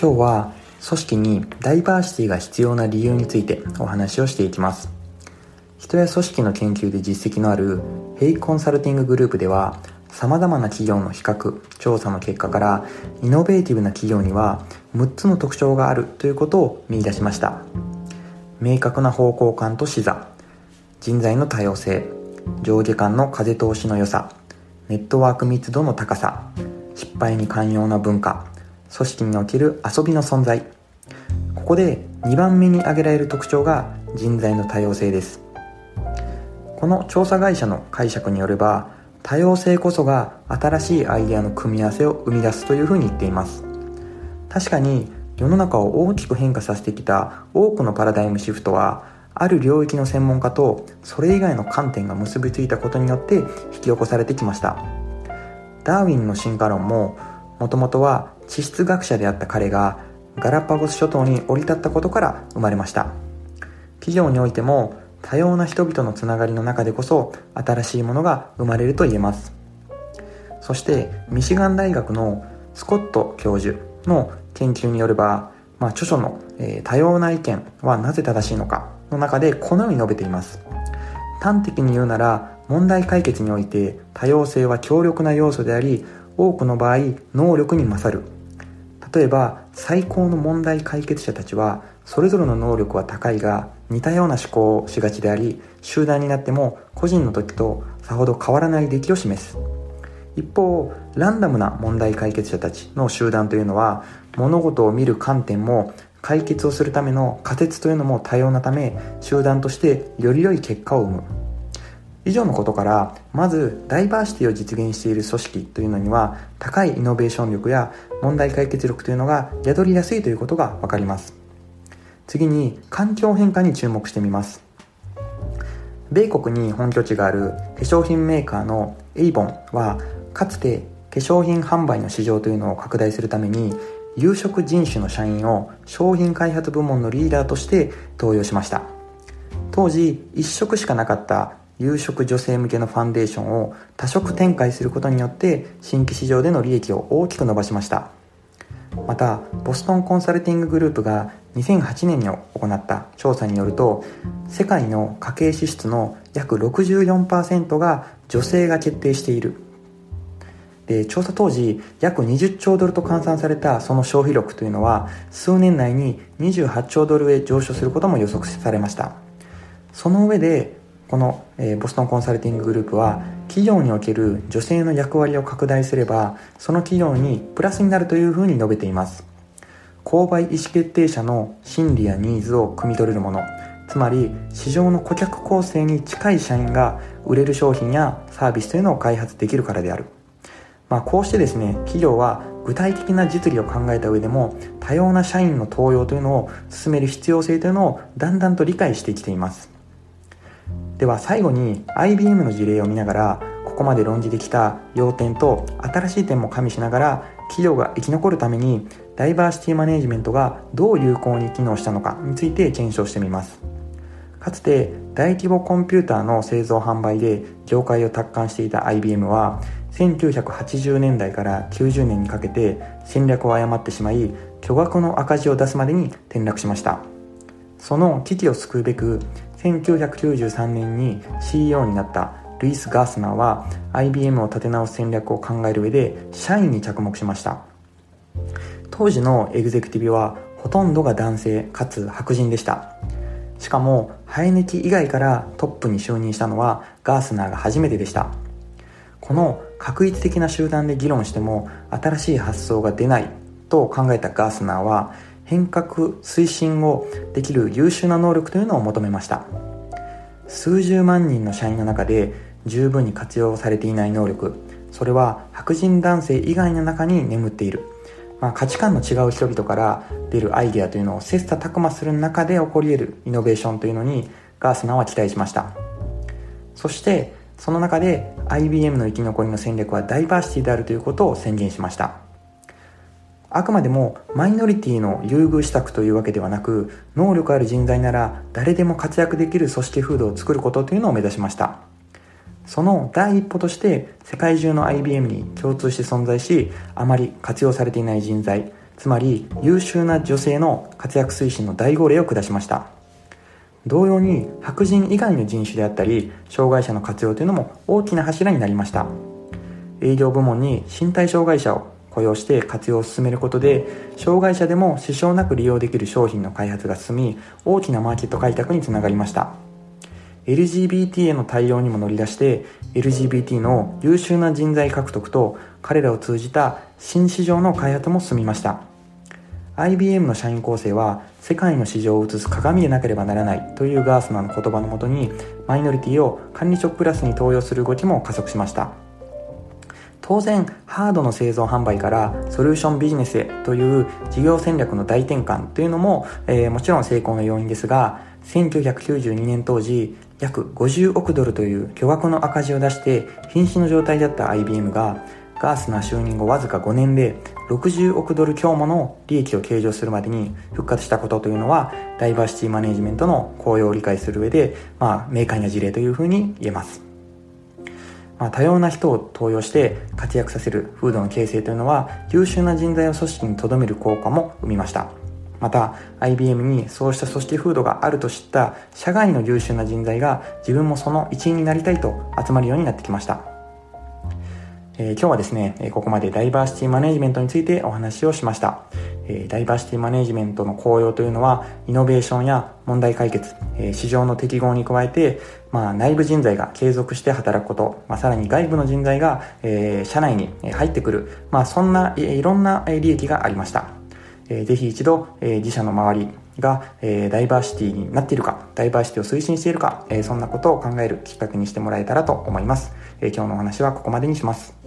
今日は組織にダイバーシティが必要な理由についてお話をしていきます。人や組織の研究で実績のあるヘイコンサルティンググループでは、様々な企業の比較調査の結果からイノベーティブな企業には6つの特徴があるということを見出しました。明確な方向感と視座、人材の多様性、上下間の風通しの良さ、ネットワーク密度の高さ、失敗に寛容な文化、組織における遊びの存在。ここで2番目に挙げられる特徴が人材の多様性です。この調査会社の解釈によれば、多様性こそが新しいアイデアの組み合わせを生み出すというふうに言っています。確かに世の中を大きく変化させてきた多くのパラダイムシフトは、ある領域の専門家とそれ以外の観点が結びついたことによって引き起こされてきました。ダーウィンの進化論ももともとは地質学者であった彼がガラパゴス諸島に降り立ったことから生まれました。企業においても多様な人々のつながりの中でこそ新しいものが生まれると言えます。そしてミシガン大学のスコット教授の研究によれば、著書の、多様な意見はなぜ正しいのかの中でこのように述べています。端的に言うなら、問題解決において多様性は強力な要素であり、多くの場合能力に勝る。例えば最高の問題解決者たちはそれぞれの能力は高いが似たような思考をしがちであり、集団になっても個人の時とさほど変わらない出来を示す。一方、ランダムな問題解決者たちの集団というのは、物事を見る観点も解決をするための仮説というのも多様なため、集団としてより良い結果を生む。以上のことから、まずダイバーシティを実現している組織というのには高いイノベーション力や問題解決力というのが宿りやすいということがわかります。次に環境変化に注目してみます。米国に本拠地がある化粧品メーカーのエイボンは、かつて化粧品販売の市場というのを拡大するために有色人種の社員を商品開発部門のリーダーとして登用しました。当時一色しかなかった有色女性向けのファンデーションを多色展開することによって新規市場での利益を大きく伸ばしました。またボストンコンサルティンググループが2008年に行った調査によると、世界の家計支出の約 64% が女性が決定している。で、調査当時約20兆ドルと換算されたその消費力というのは、数年内に28兆ドルへ上昇することも予測されました。その上でこのボストンコンサルティンググループは、企業における女性の役割を拡大すればその企業にプラスになるというふうに述べています。購買意思決定者の心理やニーズを汲み取れるもの、つまり市場の顧客構成に近い社員が売れる商品やサービスというのを開発できるからである。こうしてですね、企業は具体的な実利を考えた上でも多様な社員の登用というのを進める必要性というのをだんだんと理解してきています。では最後に IBM の事例を見ながら、ここまで論じてきた要点と新しい点も加味しながら、企業が生き残るためにダイバーシティマネジメントがどう有効に機能したのかについて検証してみます。かつて大規模コンピューターの製造販売で業界を奪還していた IBM は、1980年代から90年にかけて戦略を誤ってしまい、巨額の赤字を出すまでに転落しました。その危機を救うべく1993年に CEO になったルイス・ガースナーは IBM を立て直す戦略を考える上で社員に着目しました。当時のエグゼクティブはほとんどが男性かつ白人でした。しかも生え抜き以外からトップに就任したのはガースナーが初めてでした。この画一的な集団で議論しても新しい発想が出ないと考えたガースナーは、変革推進をできる優秀な能力というのを求めました。数十万人の社員の中で十分に活用されていない能力、それは白人男性以外の中に眠っている。価値観の違う人々から出るアイデアというのを切磋琢磨する中で起こり得るイノベーションというのにガースナーは期待しました。そしてその中で IBM の生き残りの戦略はダイバーシティであるということを宣言しました。あくまでもマイノリティの優遇施策というわけではなく、能力ある人材なら誰でも活躍できる組織風土を作ることというのを目指しました。その第一歩として世界中の IBM に共通して存在し、あまり活用されていない人材、 つまり優秀な女性の活躍推進の第号令を下しました。同様に白人以外の人種であったり障害者の活用というのも大きな柱になりました。営業部門に身体障害者を雇用して活用を進めることで、障害者でも支障なく利用できる商品の開発が進み、大きなマーケット開拓につながりました。LGBT への対応にも乗り出して、LGBT の優秀な人材獲得と彼らを通じた新市場の開発も進みました。IBM の社員構成は世界の市場を映す鏡でなければならないというガースナーの言葉のもとに、マイノリティを管理職クラスに登用する動きも加速しました。当然ハードの製造販売からソリューションビジネスへという事業戦略の大転換というのも、もちろん成功の要因ですが、1992年当時約50億ドルという巨額の赤字を出して瀕死の状態だった IBM がガースナー就任後わずか5年で60億ドル強もの利益を計上するまでに復活したことというのは、ダイバーシティマネジメントの効用を理解する上で、明快な事例というふうに言えます。多様な人を登用して活躍させる風土の形成というのは、優秀な人材を組織に留める効果も生みました。また IBM にそうした組織風土があると知った社外の優秀な人材が自分もその一員になりたいと集まるようになってきました。今日はですね、ここまでダイバーシティマネジメントについてお話をしました。ダイバーシティマネジメントの効用というのは、イノベーションや問題解決、市場の適合に加えて、内部人材が継続して働くこと、さらに外部の人材が、社内に入ってくる、そんないろんな利益がありました。ぜひ一度、自社の周りが、ダイバーシティになっているか、ダイバーシティを推進しているか、そんなことを考えるきっかけにしてもらえたらと思います。今日のお話はここまでにします。